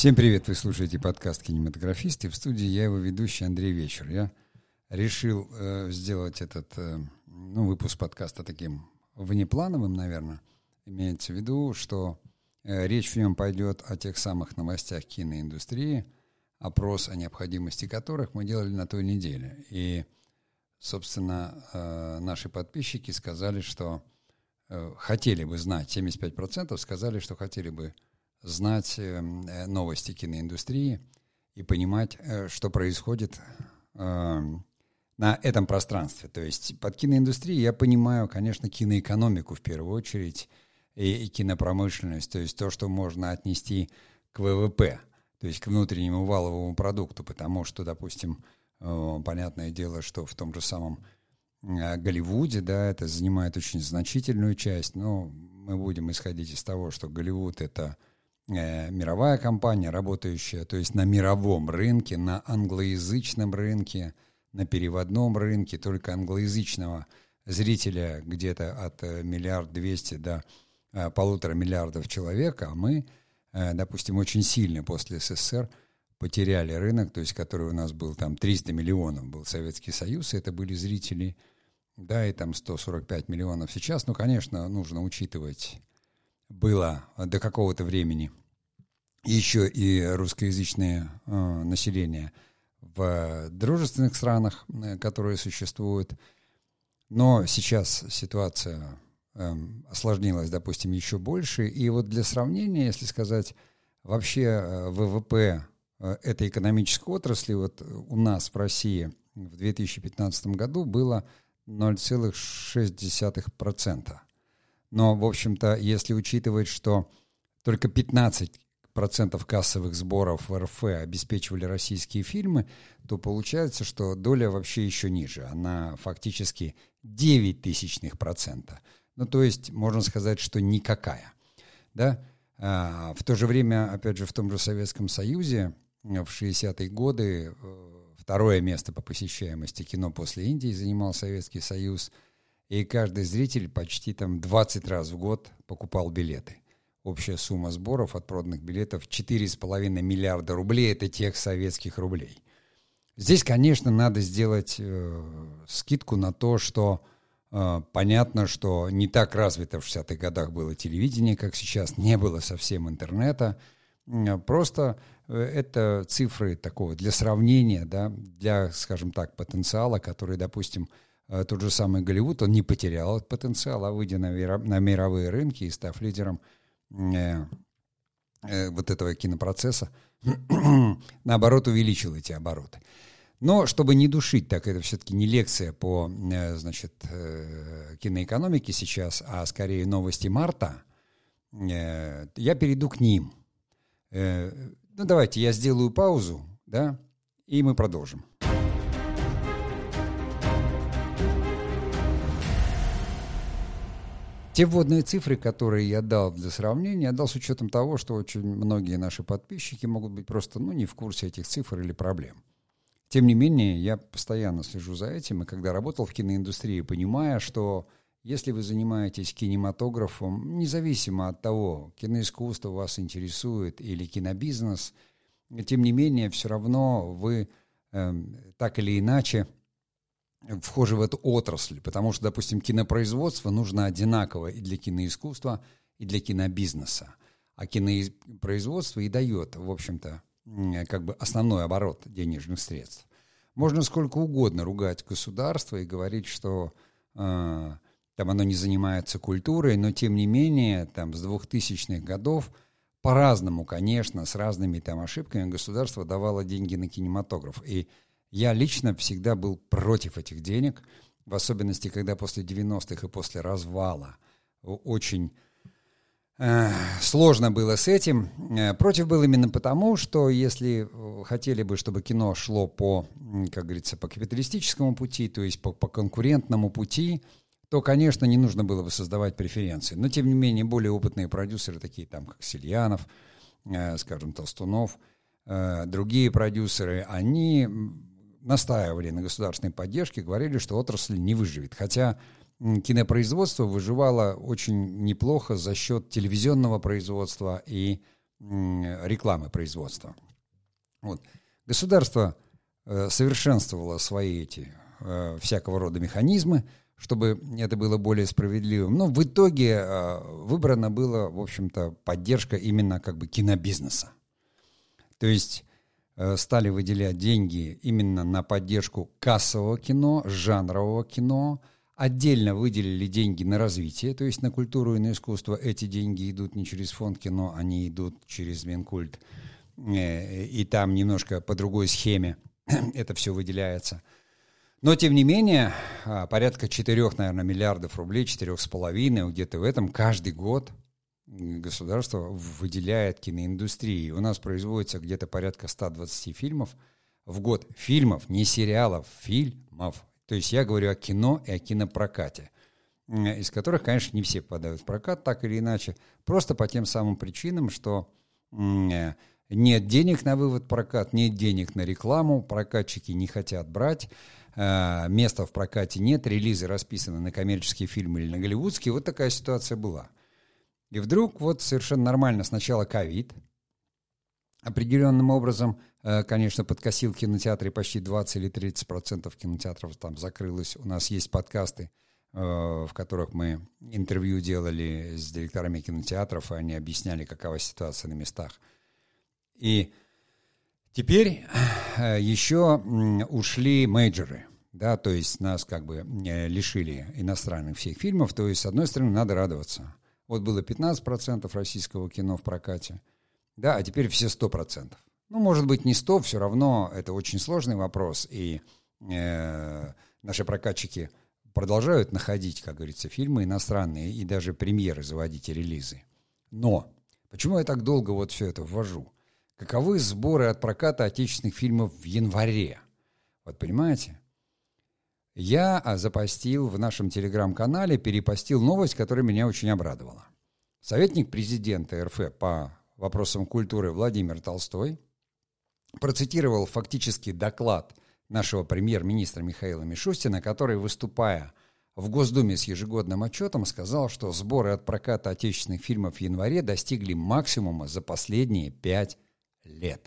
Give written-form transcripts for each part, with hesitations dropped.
Всем привет, вы слушаете подкаст «Кинематографисты». В студии я его ведущий Андрей Вечер. Я решил сделать этот выпуск подкаста таким внеплановым, наверное. Имеется в виду, что речь в нем пойдет о тех самых новостях киноиндустрии, опрос о необходимости которых мы делали на той неделе. И, собственно, наши подписчики сказали, что хотели бы знать, 75% сказали, что хотели бы знать новости киноиндустрии и понимать, что происходит на этом пространстве. То есть под киноиндустрией я понимаю, конечно, киноэкономику в первую очередь и кинопромышленность, то есть то, что можно отнести к ВВП, то есть к внутреннему валовому продукту, потому что, допустим, понятное дело, что в том же самом Голливуде, да, это занимает очень значительную часть, но мы будем исходить из того, что Голливуд — это мировая компания, работающая, то есть на мировом рынке, на англоязычном рынке, на переводном рынке, только англоязычного зрителя где-то от 1,2 миллиарда до 1,5 миллиарда человек, а мы, допустим, очень сильно после СССР потеряли рынок, то есть который у нас был там 300 миллионов, был Советский Союз, это были зрители, да, и там 145 миллионов сейчас, ну, конечно, нужно учитывать, было до какого-то времени еще и русскоязычное население в дружественных странах, которые существуют. Но сейчас ситуация осложнилась, допустим, еще больше. И вот для сравнения, если сказать, вообще ВВП этой экономической отрасли вот у нас в России в 2015 году было 0,6%. Но, в общем-то, если учитывать, что только 15% кассовых сборов в РФ обеспечивали российские фильмы, то получается, что доля вообще еще ниже. Она фактически 0,09%. Ну, то есть, можно сказать, что никакая. Да? В то же время, опять же, в том же Советском Союзе в 60-е годы второе место по посещаемости кино после Индии занимал Советский Союз. И каждый зритель почти там 20 раз в год покупал билеты. Общая сумма сборов от проданных билетов 4,5 миллиарда рублей – это тех советских рублей. Здесь, конечно, надо сделать скидку на то, что понятно, что не так развито в 60-х годах было телевидение, как сейчас, не было совсем интернета. Просто это цифры такого для сравнения, да, для, скажем так, потенциала, который, допустим, тот же самый Голливуд, он не потерял этот потенциал, а выйдя на мировые рынки и став лидером вот этого кинопроцесса, наоборот, увеличил эти обороты. Но чтобы не душить, так это все-таки не лекция по, значит, киноэкономике сейчас, а скорее новости марта, я перейду к ним. Ну, давайте я сделаю паузу, да, и мы продолжим. Те вводные цифры, которые я дал для сравнения, я дал с учетом того, что очень многие наши подписчики могут быть просто не в курсе этих цифр или проблем. Тем не менее, я постоянно слежу за этим, и когда работал в киноиндустрии, понимая, что если вы занимаетесь кинематографом, независимо от того, киноискусство вас интересует или кинобизнес, тем не менее, все равно вы так или иначе вхожи в эту отрасль, потому что, допустим, кинопроизводство нужно одинаково и для киноискусства, и для кинобизнеса. А кинопроизводство и дает, в общем-то, как бы основной оборот денежных средств. Можно сколько угодно ругать государство и говорить, что там оно не занимается культурой, но, тем не менее, там, с 2000-х годов по-разному, конечно, с разными там ошибками государство давало деньги на кинематограф. И я лично всегда был против этих денег, в особенности, когда после 90-х и после развала очень сложно было с этим. Против был именно потому, что если хотели бы, чтобы кино шло по, как говорится, по капиталистическому пути, то есть по конкурентному пути, то, конечно, не нужно было бы создавать преференции. Но, тем не менее, более опытные продюсеры, такие там, как Сельянов, скажем, Толстунов, другие продюсеры, они настаивали на государственной поддержке, говорили, что отрасль не выживет. Хотя кинопроизводство выживало очень неплохо за счет телевизионного производства и рекламы производства. Вот. Государство совершенствовало свои эти всякого рода механизмы, чтобы это было более справедливым. Но в итоге выбрана была, в общем-то, поддержка именно как бы кинобизнеса. То есть стали выделять деньги именно на поддержку кассового кино, жанрового кино. Отдельно выделили деньги на развитие, то есть на культуру и на искусство. Эти деньги идут не через фонд кино, они идут через Минкульт. И там немножко по другой схеме это все выделяется. Но, тем не менее, порядка 4, наверное, миллиардов рублей, 4,5, где-то в этом каждый год государство выделяет киноиндустрии. У нас производится где-то порядка 120 фильмов в год. Фильмов, не сериалов, фильмов. То есть я говорю о кино и о кинопрокате, из которых, конечно, не все попадают в прокат, так или иначе, просто по тем самым причинам, что нет денег на вывод в прокат, нет денег на рекламу, прокатчики не хотят брать, места в прокате нет, релизы расписаны на коммерческие фильмы или на голливудские. Вот такая ситуация была. И вдруг вот совершенно нормально сначала ковид, определенным образом, конечно, подкосил кинотеатры, почти 20 или 30% кинотеатров там закрылось. У нас есть подкасты, в которых мы интервью делали с директорами кинотеатров, и они объясняли, какова ситуация на местах. И теперь еще ушли мейджоры, да, то есть нас как бы лишили иностранных всех фильмов, то есть, с одной стороны, надо радоваться. Вот было 15% российского кино в прокате, да, а теперь все 100%. Ну, может быть, не 100, все равно это очень сложный вопрос, и наши прокатчики продолжают находить, как говорится, фильмы иностранные и даже премьеры заводить и релизы. Но почему я так долго вот все это ввожу? Каковы сборы от проката отечественных фильмов в январе? Вот понимаете? Я запостил в нашем телеграм-канале, перепостил новость, которая меня очень обрадовала. Советник президента РФ по вопросам культуры Владимир Толстой процитировал фактически доклад нашего премьер-министра Михаила Мишустина, который, выступая в Госдуме с ежегодным отчетом, сказал, что сборы от проката отечественных фильмов в январе достигли максимума за последние 5 лет.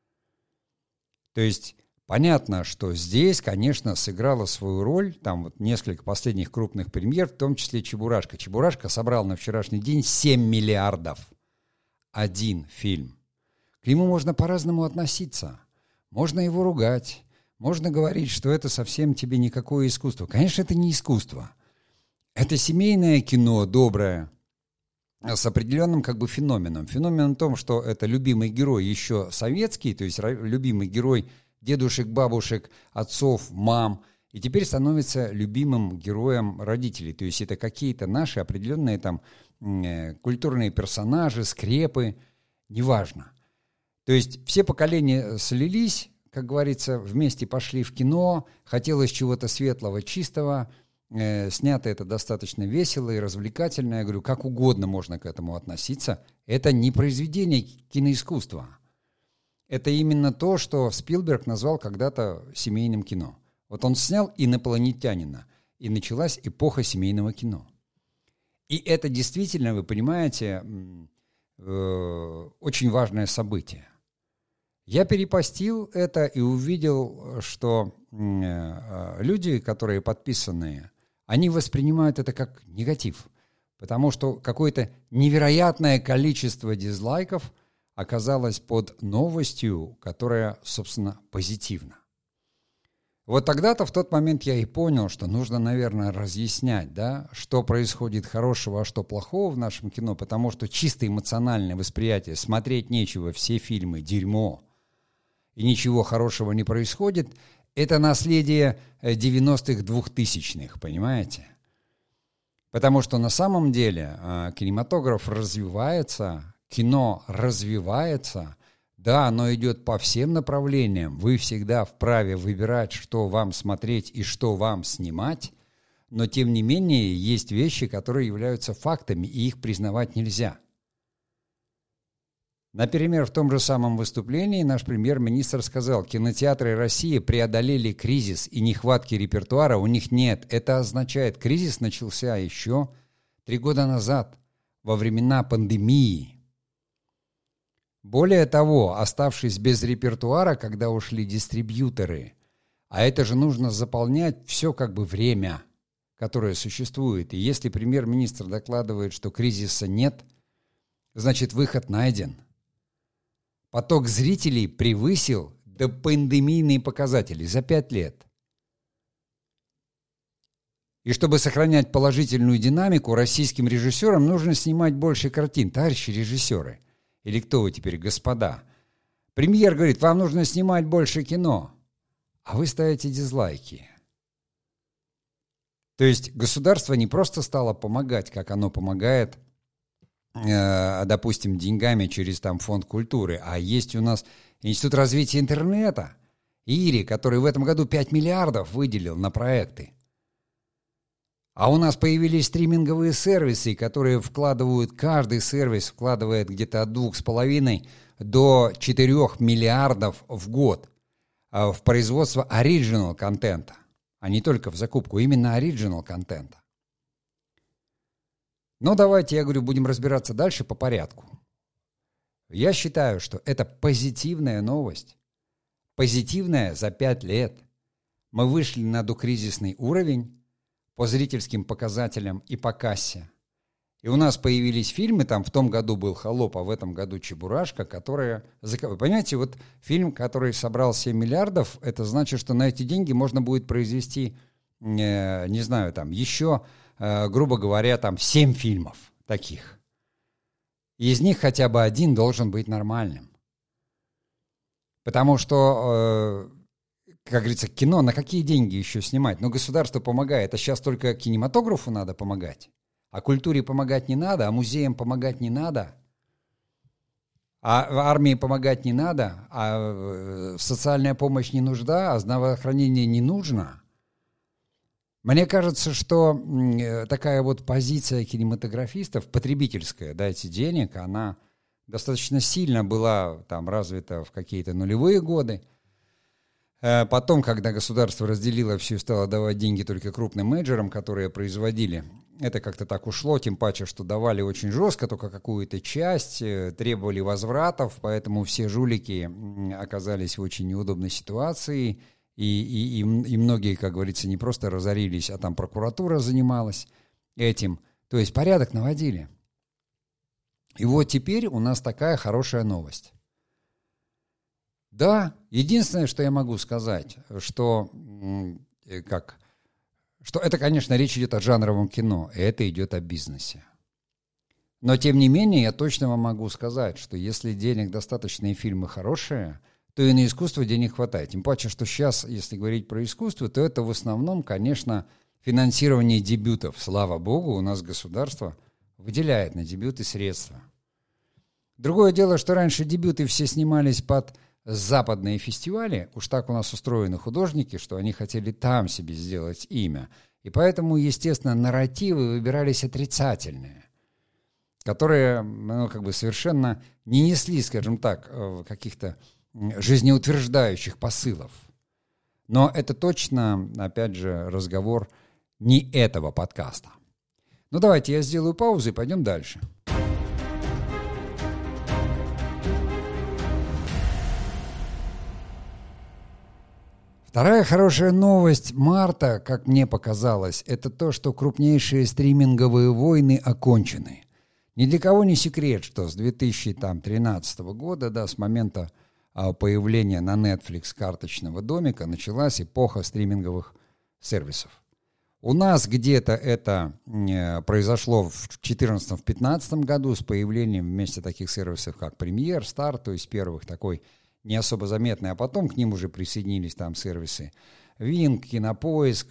То есть понятно, что здесь, конечно, сыграла свою роль, там вот несколько последних крупных премьер, в том числе «Чебурашка». «Чебурашка» собрал на вчерашний день 7 миллиардов. Один фильм. К нему можно по-разному относиться. Можно его ругать. Можно говорить, что это совсем тебе никакое искусство. Конечно, это не искусство. Это семейное кино, доброе, с определенным как бы феноменом. Феномен в том, что это любимый герой еще советский, то есть любимый герой дедушек, бабушек, отцов, мам, и теперь становится любимым героем родителей. То есть это какие-то наши определенные там культурные персонажи, скрепы, неважно. То есть все поколения слились, как говорится, вместе пошли в кино, хотелось чего-то светлого, чистого, снято это достаточно весело и развлекательно. Я говорю, как угодно можно к этому относиться. Это не произведение киноискусства. Это именно то, что Спилберг назвал когда-то семейным кино. Вот он снял «Инопланетянина», и началась эпоха семейного кино. И это действительно, вы понимаете, очень важное событие. Я перепостил это и увидел, что люди, которые подписаны, они воспринимают это как негатив, потому что какое-то невероятное количество дизлайков оказалось под новостью, которая, собственно, позитивна. Вот тогда-то, в тот момент я и понял, что нужно, наверное, разъяснять, да, что происходит хорошего, а что плохого в нашем кино, потому что чисто эмоциональное восприятие, смотреть нечего, все фильмы, дерьмо, и ничего хорошего не происходит, это наследие 90-х, 2000-х, понимаете? Потому что на самом деле кинематограф развивается, кино развивается, да, оно идет по всем направлениям, вы всегда вправе выбирать, что вам смотреть и что вам снимать, но тем не менее есть вещи, которые являются фактами, и их признавать нельзя. Например, в том же самом выступлении наш премьер-министр сказал, кинотеатры России преодолели кризис и нехватки репертуара у них нет. Это означает, кризис начался еще 3 года назад, во времена пандемии. Более того, оставшись без репертуара, когда ушли дистрибьюторы, а это же нужно заполнять все как бы время, которое существует. И если премьер-министр докладывает, что кризиса нет, значит, выход найден. Поток зрителей превысил допандемийные показатели за 5 лет. И чтобы сохранять положительную динамику, российским режиссерам нужно снимать больше картин. Товарищи режиссеры, или кто вы теперь, господа? Премьер говорит, вам нужно снимать больше кино, а вы ставите дизлайки. То есть государство не просто стало помогать, как оно помогает, допустим, деньгами через там фонд культуры, а есть у нас Институт развития интернета, ИРИ, который в этом году 5 миллиардов выделил на проекты. А у нас появились стриминговые сервисы, которые вкладывают, каждый сервис вкладывает где-то от 2,5 до 4 миллиардов в год в производство оригинал контента, а не только в закупку, именно оригинал контента. Но давайте, я говорю, будем разбираться дальше по порядку. Я считаю, что это позитивная новость. Позитивная за 5 лет. Мы вышли на докризисный уровень по зрительским показателям и по кассе. И у нас появились фильмы, там в том году был «Холоп», а в этом году «Чебурашка», которые... Вы понимаете, вот фильм, который собрал 7 миллиардов, это значит, что на эти деньги можно будет произвести, не знаю, там еще, грубо говоря, там 7 фильмов таких. И из них хотя бы один должен быть нормальным. Потому что... как говорится, кино, на какие деньги еще снимать? Но государство помогает, а сейчас только кинематографу надо помогать. А культуре помогать не надо, а музеям помогать не надо. А армии помогать не надо, а социальная помощь не нужна, а здравоохранение не нужно. Мне кажется, что такая вот позиция кинематографистов, потребительская, дайте денег, она достаточно сильно была там развита в какие-то нулевые годы. Потом, когда государство разделило все и стало давать деньги только крупным менеджерам, которые производили, это как-то так ушло, тем паче, что давали очень жестко, только какую-то часть, требовали возвратов, поэтому все жулики оказались в очень неудобной ситуации, и многие, как говорится, не просто разорились, а там прокуратура занималась этим, то есть порядок наводили. И вот теперь у нас такая хорошая новость. Да, единственное, что я могу сказать, что это, конечно, речь идет о жанровом кино, и это идет о бизнесе. Но, тем не менее, я точно вам могу сказать, что если денег достаточно и фильмы хорошие, то и на искусство денег хватает. Тем паче, что сейчас, если говорить про искусство, то это в основном, конечно, финансирование дебютов. Слава богу, у нас государство выделяет на дебюты средства. Другое дело, что раньше дебюты все снимались под западные фестивали, уж так у нас устроены художники, что они хотели там себе сделать имя. И поэтому, естественно, нарративы выбирались отрицательные, которые совершенно не несли, скажем так, каких-то жизнеутверждающих посылов. Но это точно, опять же, разговор не этого подкаста. Ну, давайте я сделаю паузу и пойдем дальше. Вторая хорошая новость марта, как мне показалось, это то, что крупнейшие стриминговые войны окончены. Ни для кого не секрет, что с 2013 года, да, с момента появления на Netflix карточного домика, началась эпоха стриминговых сервисов. У нас где-то это произошло в 2014-2015 году с появлением вместе таких сервисов, как Премьер, Стар, то есть первых такой не особо заметный, а потом к ним уже присоединились там сервисы Винк, Кинопоиск,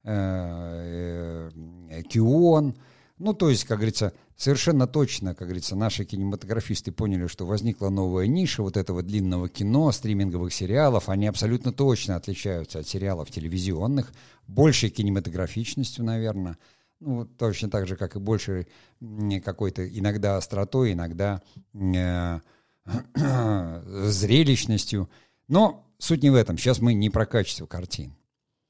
Кион. Ну, то есть, как говорится, совершенно точно, как говорится, наши кинематографисты поняли, что возникла новая ниша вот этого длинного кино, стриминговых сериалов. Они абсолютно точно отличаются от сериалов телевизионных, большей кинематографичностью, наверное. Ну, точно так же, как и большей какой-то иногда остротой, иногда зрелищностью. Но суть не в этом. Сейчас мы не про качество картин.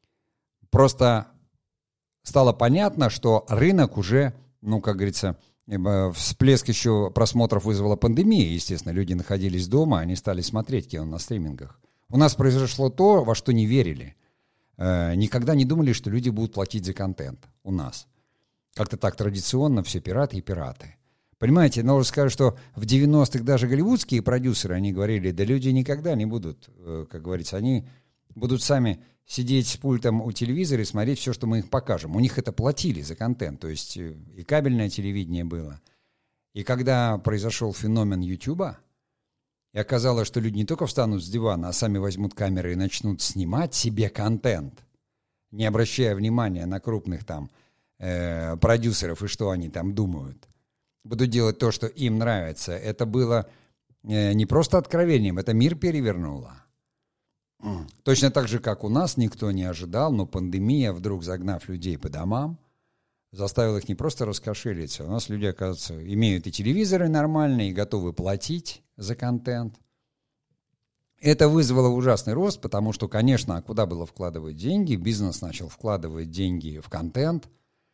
Просто стало понятно, что рынок уже, ну, как говорится, Всплеск еще просмотров вызвала пандемия, естественно. Люди находились дома, они стали смотреть кино на стримингах. У нас произошло то, во что не верили. Никогда не думали, что люди будут платить за контент у нас. Как-то так традиционно все пираты и пираты. Понимаете, нужно сказать, что в 90-х даже голливудские продюсеры, они говорили, да люди никогда не будут, как говорится, они будут сами сидеть с пультом у телевизора и смотреть все, что мы их покажем. У них это платили за контент, то есть и кабельное телевидение было. И когда произошел феномен Ютуба, и оказалось, что люди не только встанут с дивана, а сами возьмут камеры и начнут снимать себе контент, не обращая внимания на крупных там продюсеров и что они там думают. Будут делать то, что им нравится. Это было не просто откровением, это мир перевернуло. Точно так же, как у нас, никто не ожидал, но пандемия, вдруг загнав людей по домам, заставила их не просто раскошелиться. У нас люди, оказывается, имеют и телевизоры нормальные, и готовы платить за контент. Это вызвало ужасный рост, потому что, конечно, а куда было вкладывать деньги? Бизнес начал вкладывать деньги в контент,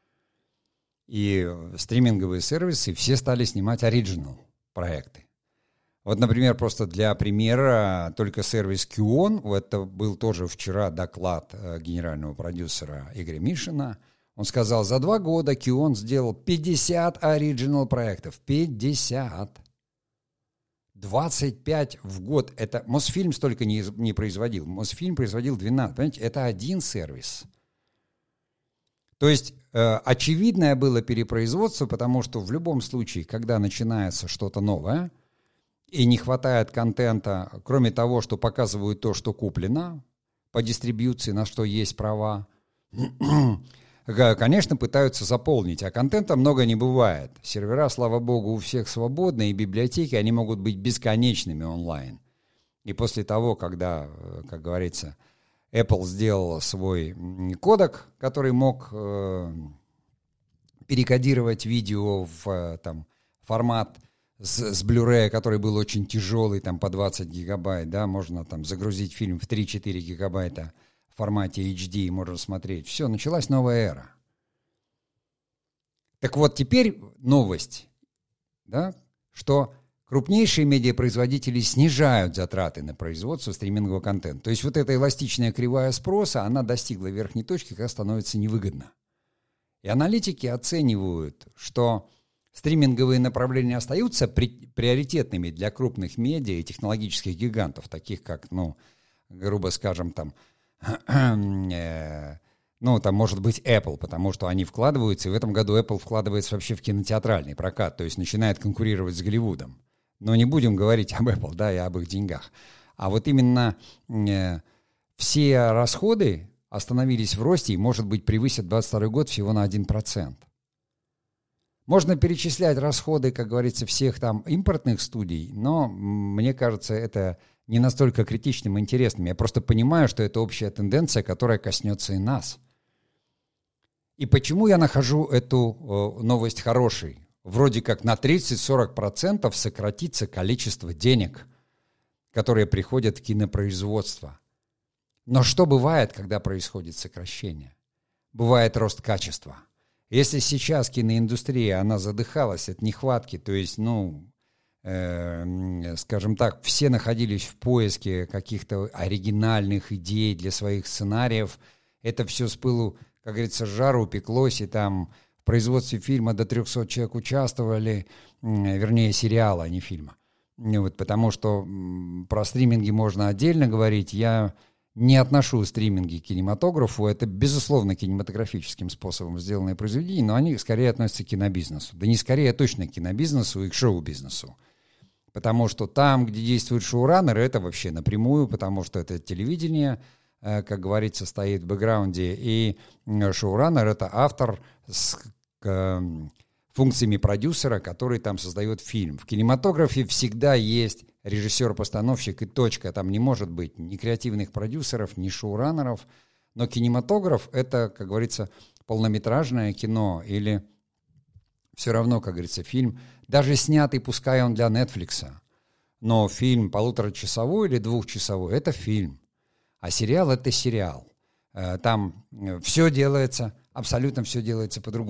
и стриминговые сервисы все стали снимать оригинал проекты. Вот, например, просто для примера, только сервис QON, это был тоже вчера доклад генерального продюсера Игоря Мишина, он сказал, за 2 года QON сделал 50 оригинал проектов. 50. 25 в год. Это Мосфильм столько не производил. Мосфильм производил 12. Понимаете, это один сервис. То есть очевидное было перепроизводство, потому что в любом случае, когда начинается что-то новое, и не хватает контента, кроме того, что показывают то, что куплено, по дистрибьюции, на что есть права, конечно, пытаются заполнить, а контента много не бывает. Сервера, слава богу, у всех свободны, и библиотеки, они могут быть бесконечными онлайн. И после того, когда, как говорится, Apple сделала свой кодек, который мог перекодировать видео в формат с Blu-ray, который был очень тяжелый, там по 20 гигабайт, да, можно там загрузить фильм в 3-4 гигабайта в формате HD, и можно смотреть. Все, началась новая эра. Так вот, теперь новость, да, что крупнейшие медиапроизводители снижают затраты на производство стримингового контента. То есть вот эта эластичная кривая спроса, она достигла верхней точки, когда становится невыгодно. И аналитики оценивают, что стриминговые направления остаются приоритетными для крупных медиа и технологических гигантов, таких как, грубо скажем, там может быть Apple, потому что они вкладываются, и в этом году Apple вкладывается вообще в кинотеатральный прокат, то есть начинает конкурировать с Голливудом. Но не будем говорить об Apple, да, и об их деньгах. А вот именно все расходы остановились в росте и, может быть, превысят 2022 год всего на 1%. Можно перечислять расходы, как говорится, всех там импортных студий, но мне кажется, это не настолько критичным и интересным. Я просто понимаю, что это общая тенденция, которая коснется и нас. И почему я нахожу эту новость хорошей? Вроде как на 30-40% сократится количество денег, которые приходят в кинопроизводство. Но что бывает, когда происходит сокращение? Бывает рост качества. Если сейчас киноиндустрия, она задыхалась от нехватки, то есть, скажем так, все находились в поиске каких-то оригинальных идей для своих сценариев, это все с пылу, как говорится, с жару упеклось, и там в производстве фильма до 300 человек участвовали, вернее, сериала, а не фильма. Вот, потому что про стриминги можно отдельно говорить, я не отношу стриминги к кинематографу, это, безусловно, кинематографическим способом сделанные произведения, но они скорее относятся к кинобизнесу. Да не скорее, а точно к кинобизнесу и к шоу-бизнесу. Потому что там, где действуют шоураннеры, это вообще напрямую, потому что это телевидение, как говорится, стоит в бэкграунде, и шоураннер — это автор с функциями продюсера, который там создает фильм. В кинематографе всегда есть режиссер-постановщик и точка. Там не может быть ни креативных продюсеров, ни шоураннеров. Но кинематограф — это, как говорится, полнометражное кино или все равно, как говорится, фильм, даже снятый, пускай он для Netflix, но фильм 1,5-часовой или 2-часовой — это фильм. А сериал — это сериал. Там все делается, абсолютно все делается по-другому.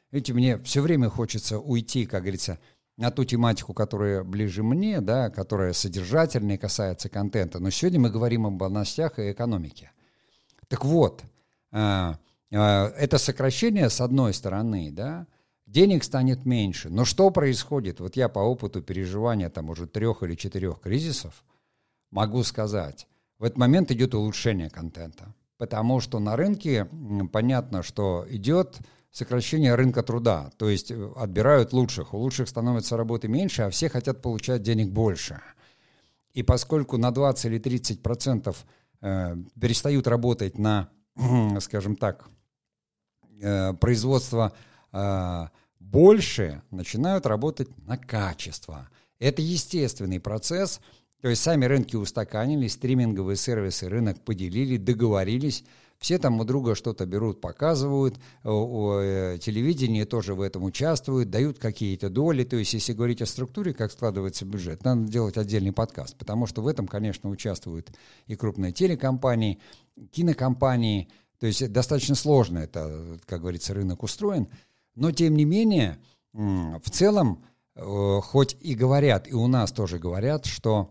Видите, мне все время хочется уйти, как говорится, на ту тематику, которая ближе мне, да, которая содержательная, касается контента. Но сегодня мы говорим об новостях и экономике. Так вот, это сокращение, с одной стороны, да, денег станет меньше. Но что происходит? Вот я по опыту переживания там уже 3 или 4 кризисов могу сказать, в этот момент идет улучшение контента. Потому что на рынке понятно, что идет сокращение рынка труда. То есть отбирают лучших. У лучших становится работы меньше, а все хотят получать денег больше. И поскольку на 20 или 30% перестают работать на, скажем так, производство больше, начинают работать на качество. Это естественный процесс. То есть сами рынки устаканились, стриминговые сервисы рынок поделили, договорились. Все там у друга что-то берут, показывают. Телевидение тоже в этом участвует, дают какие-то доли. То есть если говорить о структуре, как складывается бюджет, надо делать отдельный подкаст. Потому что в этом, конечно, участвуют и крупные телекомпании, кинокомпании. То есть достаточно сложно это, как говорится, рынок устроен. Но тем не менее, в целом, хоть и говорят, и у нас тоже говорят, что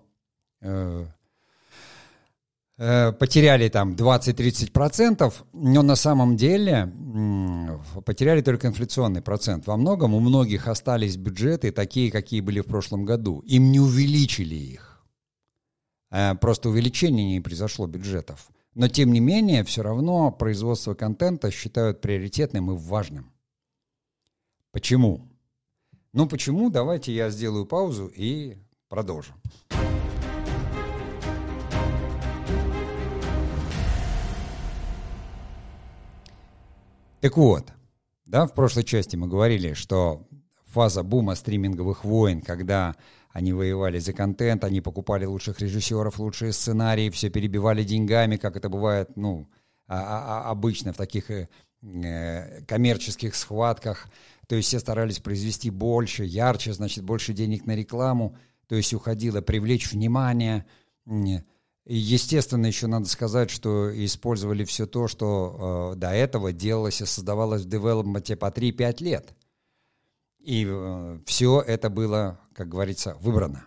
потеряли там 20-30%, но на самом деле потеряли только инфляционный процент. Во многом у многих остались бюджеты такие, какие были в прошлом году. Им не увеличили их. Просто увеличение не произошло бюджетов. Но тем не менее, все равно производство контента считают приоритетным и важным. Почему? Ну почему? Давайте я сделаю паузу и продолжим. Так вот, да, в прошлой части мы говорили, что фаза бума стриминговых войн, когда они воевали за контент, они покупали лучших режиссеров, лучшие сценарии, все перебивали деньгами, как это бывает, обычно в таких коммерческих схватках. То есть все старались произвести больше, ярче, значит, больше денег на рекламу, то есть уходило привлечь внимание. И, естественно, еще надо сказать, что использовали все то, что до этого делалось и создавалось в девелопменте по 3-5 лет. И все это было, как говорится, выбрано.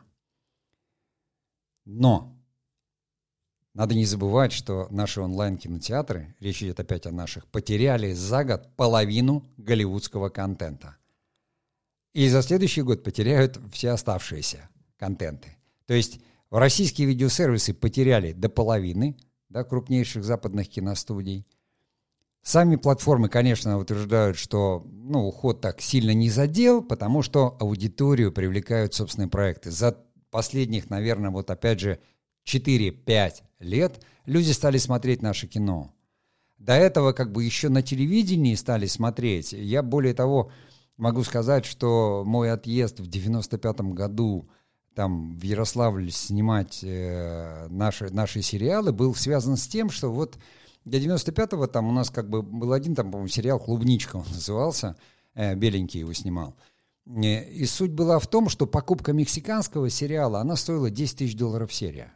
Но надо не забывать, что наши онлайн-кинотеатры, речь идет опять о наших, потеряли за год половину голливудского контента. И за следующий год потеряют все оставшиеся контенты. То есть российские видеосервисы потеряли до половины, да, крупнейших западных киностудий. Сами платформы, конечно, утверждают, что уход так сильно не задел, потому что аудиторию привлекают собственные проекты. За последних, наверное, вот опять же 4-5 лет люди стали смотреть наше кино. До этого как бы еще на телевидении стали смотреть. Я более того могу сказать, что мой отъезд в 95-м году там в Ярославль снимать наши сериалы был связан с тем, что вот до 95-го там у нас как бы был один там, по-моему, сериал «Клубничка» он назывался, беленький его снимал. И суть была в том, что покупка мексиканского сериала, она стоила $10 000 серия.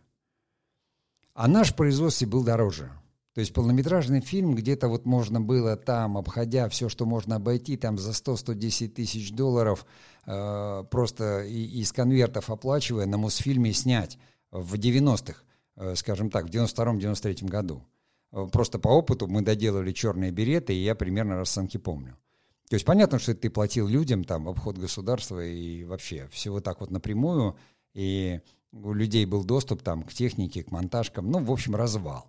А наш производство был дороже. То есть полнометражный фильм где-то вот можно было там, обходя все, что можно обойти, там за $100-110 тысяч просто из конвертов оплачивая, на Мосфильме снять в 90-х, скажем так, в 92-93 году. Просто по опыту мы доделали «Черные береты», и я примерно расценки помню. То есть понятно, что ты платил людям там обход государства и вообще все вот так вот напрямую, и у людей был доступ там к технике, к монтажкам, в общем, развал.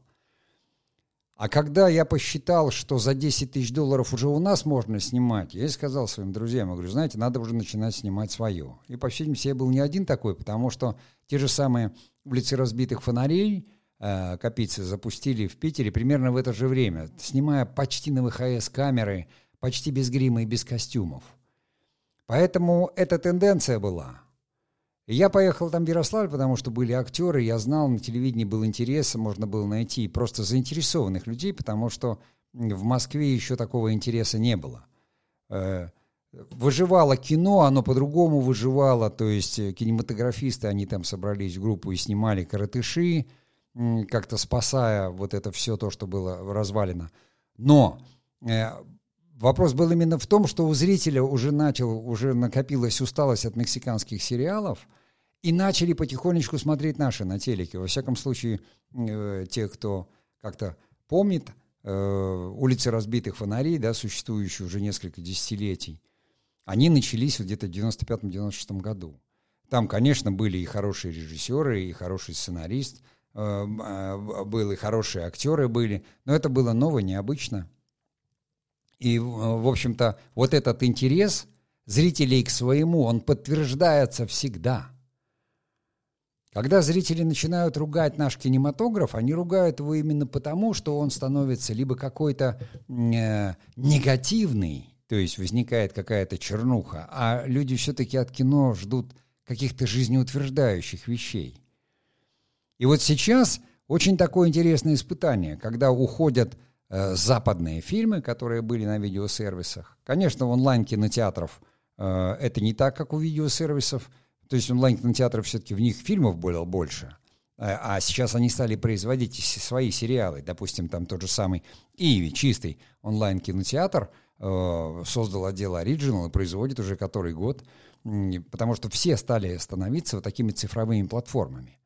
А когда я посчитал, что за $10 000 уже у нас можно снимать, я и сказал своим друзьям, я говорю, знаете, надо уже начинать снимать свое. И, по всей видимости, я был не один такой, потому что те же самые «Улицы разбитых фонарей» Капицы запустили в Питере примерно в это же время, снимая почти на ВХС-камеры, почти без грима и без костюмов. Поэтому эта тенденция была. И я поехал там в Ярославль, потому что были актеры, я знал, на телевидении был интерес, можно было найти просто заинтересованных людей, потому что в Москве еще такого интереса не было. Выживало кино, оно по-другому выживало, то есть кинематографисты, они там собрались в группу и снимали «Коротыши», как-то спасая вот это все то, что было развалено. Но вопрос был именно в том, что у зрителя уже накопилась усталость от мексиканских сериалов, и начали потихонечку смотреть наши на телеке. Во всяком случае, те, кто как-то помнит «Улицы разбитых фонарей», да, существующие уже несколько десятилетий, они начались где-то в 95-96 году. Там, конечно, были и хорошие режиссеры, и хороший сценарист, был и хорошие актеры были, но это было ново, необычно. И, в общем-то, вот этот интерес зрителей к своему, он подтверждается всегда. Когда зрители начинают ругать наш кинематограф, они ругают его именно потому, что он становится либо какой-то негативный, то есть возникает какая-то чернуха, а люди все-таки от кино ждут каких-то жизнеутверждающих вещей. И вот сейчас очень такое интересное испытание, когда уходят западные фильмы, которые были на видеосервисах. Конечно, онлайн-кинотеатров это не так, как у видеосервисов. То есть онлайн-кинотеатров все-таки в них фильмов было больше. А сейчас они стали производить свои сериалы. Допустим, там тот же самый Иви, чистый онлайн-кинотеатр, создал отдел Original и производит уже который год, потому что все стали становиться вот такими цифровыми платформами.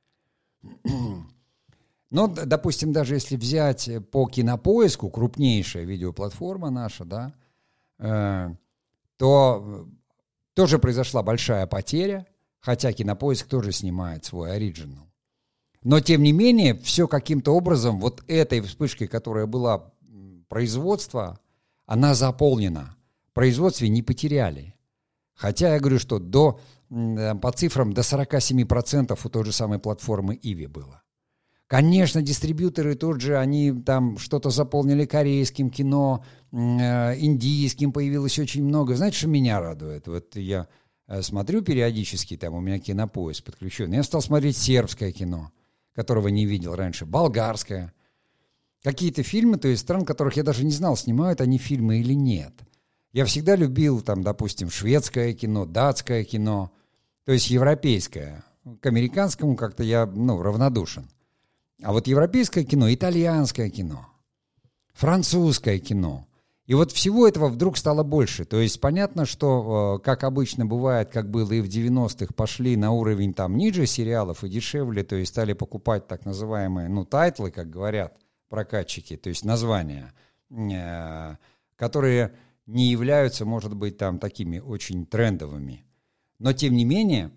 Но, допустим, даже если взять по Кинопоиску, крупнейшая видеоплатформа наша, да, то тоже произошла большая потеря, хотя Кинопоиск тоже снимает свой оригинал. Но, тем не менее, все каким-то образом, вот этой вспышкой, которая была производство, она заполнена. Производство не потеряли. Хотя я говорю, что по цифрам до 47% у той же самой платформы Иви было. Конечно, дистрибьюторы тут же, они там что-то заполнили корейским кино, индийским появилось очень много. Знаете, что меня радует? Вот я смотрю периодически, там у меня Кинопоиск подключен. Я стал смотреть сербское кино, которого не видел раньше, болгарское. Какие-то фильмы, то есть стран, которых я даже не знал, снимают они фильмы или нет. Я всегда любил, там, допустим, шведское кино, датское кино, то есть европейское. К американскому как-то я, равнодушен. А вот европейское кино, итальянское кино, французское кино. И вот всего этого вдруг стало больше. То есть понятно, что, как обычно бывает, как было и в 90-х, пошли на уровень там ниже сериалов и дешевле, то есть стали покупать так называемые, тайтлы, как говорят прокатчики, то есть названия, которые не являются, может быть, там такими очень трендовыми. Но, тем не менее,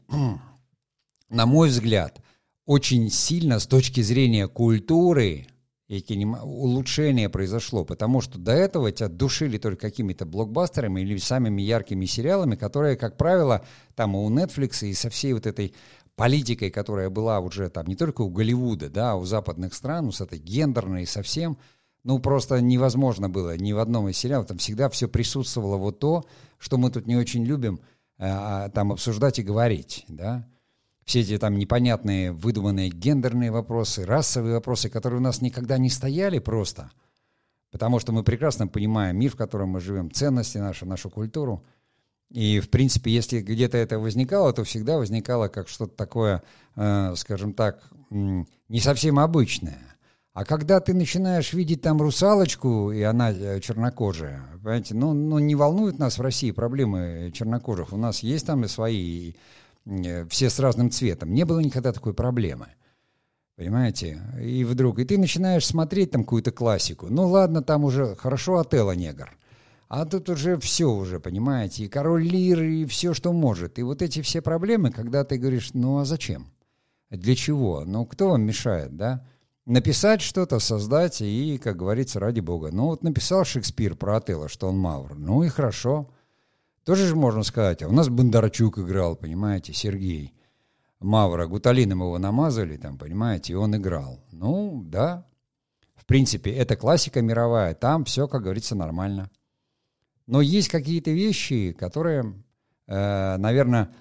на мой взгляд, очень сильно с точки зрения культуры и улучшение произошло, потому что до этого тебя душили только какими-то блокбастерами или самыми яркими сериалами, которые, как правило, там и у Netflix, и со всей вот этой политикой, которая была уже там не только у Голливуда, да, а у западных стран, с этой гендерной совсем, просто невозможно было ни в одном из сериалов, там всегда все присутствовало вот то, что мы тут не очень любим там обсуждать и говорить, да. Все эти там непонятные, выдуманные гендерные вопросы, расовые вопросы, которые у нас никогда не стояли просто, потому что мы прекрасно понимаем мир, в котором мы живем, ценности наши, нашу культуру. И, в принципе, если где-то это возникало, то всегда возникало как что-то такое, скажем так, не совсем обычное. А когда ты начинаешь видеть там русалочку, и она чернокожая, понимаете, не волнуют нас в России проблемы чернокожих. У нас есть там и свои, все с разным цветом. Не было никогда такой проблемы. Понимаете? И вдруг, и ты начинаешь смотреть там какую-то классику. Ладно, там уже хорошо Отелло негр. А тут уже все уже, понимаете, и Король Лир, и все, что может. И вот эти все проблемы, когда ты говоришь, а зачем? Для чего? Кто вам мешает, да? Написать что-то, создать, и, как говорится, ради бога. Написал Шекспир про Отелло, что он мавр. И хорошо. Тоже же можно сказать, а у нас Бондарчук играл, понимаете, Сергей Мавра, гуталином его намазали, там, понимаете, и он играл. Да, в принципе, это классика мировая, там все, как говорится, нормально. Но есть какие-то вещи, которые, наверное,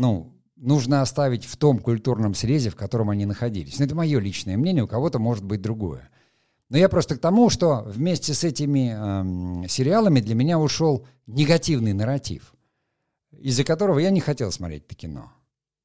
нужно оставить в том культурном срезе, в котором они находились. Это мое личное мнение, у кого-то может быть другое. Но я просто к тому, что вместе с этими сериалами для меня ушел негативный нарратив, из-за которого я не хотел смотреть это кино.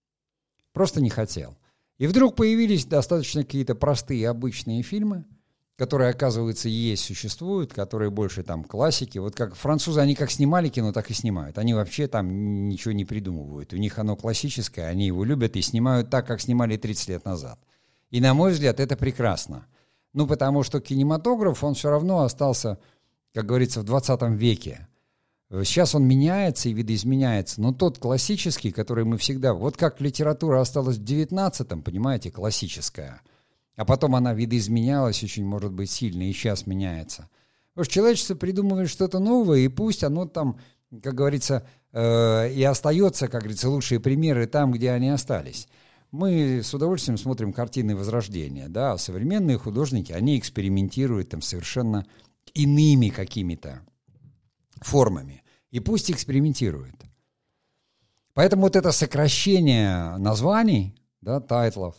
Просто не хотел. И вдруг появились достаточно какие-то простые, обычные фильмы, которые, оказывается, есть, существуют, которые больше там классики. Вот как французы, они как снимали кино, так и снимают. Они вообще там ничего не придумывают. У них оно классическое, они его любят и снимают так, как снимали 30 лет назад. И, на мой взгляд, это прекрасно. Ну, потому что кинематограф, он все равно остался, как говорится, в 20 веке. Сейчас он меняется и видоизменяется, но тот классический, который мы всегда... Вот как литература осталась в 19-м, понимаете, классическая, а потом она видоизменялась очень, может быть, сильно, и сейчас меняется. Потому что человечество придумывает что-то новое, и пусть оно там, как говорится, и остается, как говорится, лучшие примеры там, где они остались. Мы с удовольствием смотрим картины Возрождения, да, а современные художники, они экспериментируют там совершенно иными какими-то формами. И пусть экспериментируют. Поэтому вот это сокращение названий, да, тайтлов,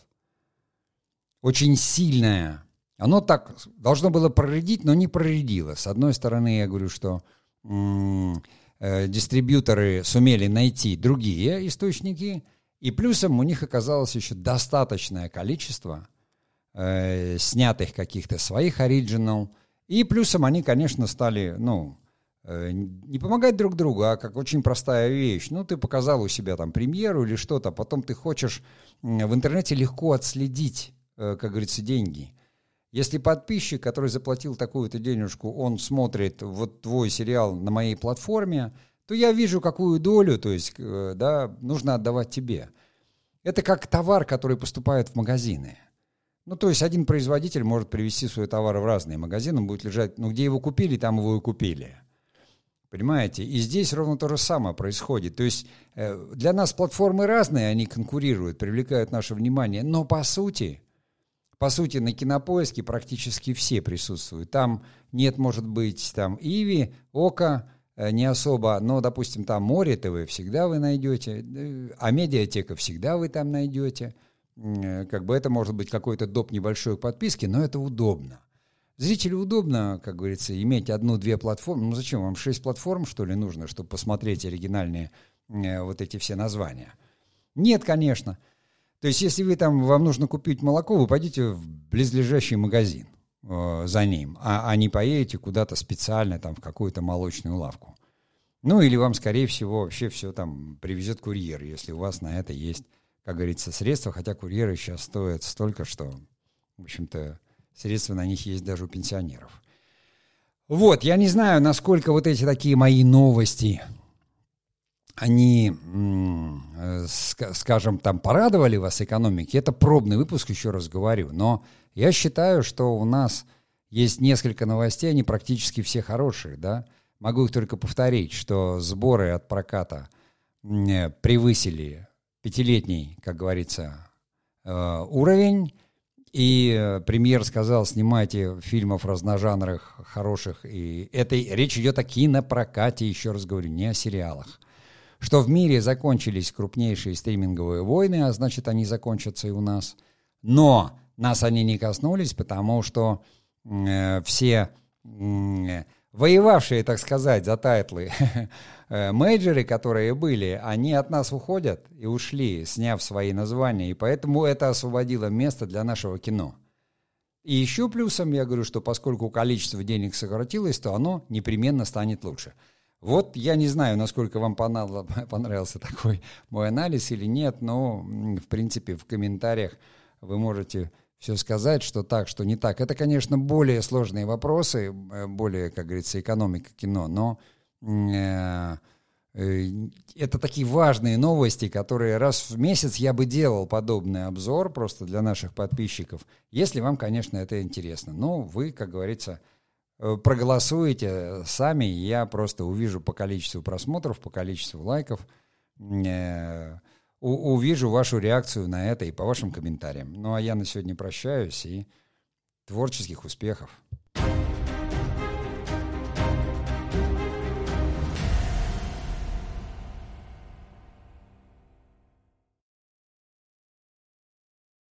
очень сильное, оно так должно было проредить, но не проредило. С одной стороны, я говорю, что дистрибьюторы сумели найти другие источники, и плюсом у них оказалось еще достаточное количество снятых каких-то своих оригинал, и плюсом они, конечно, стали, не помогать друг другу, а как очень простая вещь. Ну, ты показал у себя там премьеру или что-то, потом ты хочешь в интернете легко отследить, как говорится, деньги. Если подписчик, который заплатил такую-то денежку, он смотрит вот твой сериал на моей платформе, то я вижу, какую долю, то есть, да, нужно отдавать тебе. Это как товар, который поступает в магазины. Ну, то есть один производитель может привезти свой товар в разные магазины, он будет лежать, где его купили, там его и купили. Понимаете? И здесь ровно то же самое происходит. То есть для нас платформы разные, они конкурируют, привлекают наше внимание, но по сути, на Кинопоиске практически все присутствуют. Там нет, может быть, там Иви, Ока, не особо, но, допустим, там Море ТВ всегда вы найдете, а Медиатека всегда вы там найдете. Как бы это может быть какой-то доп. Небольшой подписки, но это удобно. Зрителю удобно, как говорится, иметь 1-2 платформы. Ну зачем вам 6 платформ, что ли, нужно, чтобы посмотреть оригинальные вот эти все названия? Нет, конечно. То есть если вам нужно купить молоко, вы пойдете в близлежащий магазин за ним, а не поедете куда-то специально там в какую-то молочную лавку. Ну или вам, скорее всего, вообще все там привезет курьер, если у вас на это есть, как говорится, средства, хотя курьеры сейчас стоят столько, что, в общем-то, средства на них есть даже у пенсионеров. Вот, я не знаю, насколько вот эти такие мои новости, они, скажем, там порадовали вас экономике. Это пробный выпуск, еще раз говорю. Но я считаю, что у нас есть несколько новостей, они практически все хорошие, да. Могу их только повторить, что сборы от проката превысили 5-летний, как говорится, уровень. И премьер сказал, снимайте фильмов разножанровых, хороших. И речь идет о кинопрокате, еще раз говорю, не о сериалах. Что в мире закончились крупнейшие стриминговые войны, а значит, они закончатся и у нас. Но нас они не коснулись, потому что все воевавшие, так сказать, за тайтлы мейджоры, которые были, они от нас уходят и ушли, сняв свои названия, и поэтому это освободило место для нашего кино. И еще плюсом я говорю, что поскольку количество денег сократилось, то оно непременно станет лучше. Вот я не знаю, насколько вам понравился такой мой анализ или нет, но, в принципе, в комментариях вы можете все сказать, что так, что не так. Это, конечно, более сложные вопросы, более, как говорится, экономика кино, но это такие важные новости, которые раз в месяц я бы делал подобный обзор просто для наших подписчиков, если вам, конечно, это интересно. Но вы, как говорится, проголосуете сами, я просто увижу по количеству просмотров, по количеству лайков, увижу вашу реакцию на это и по вашим комментариям. Ну, а я на сегодня прощаюсь и творческих успехов.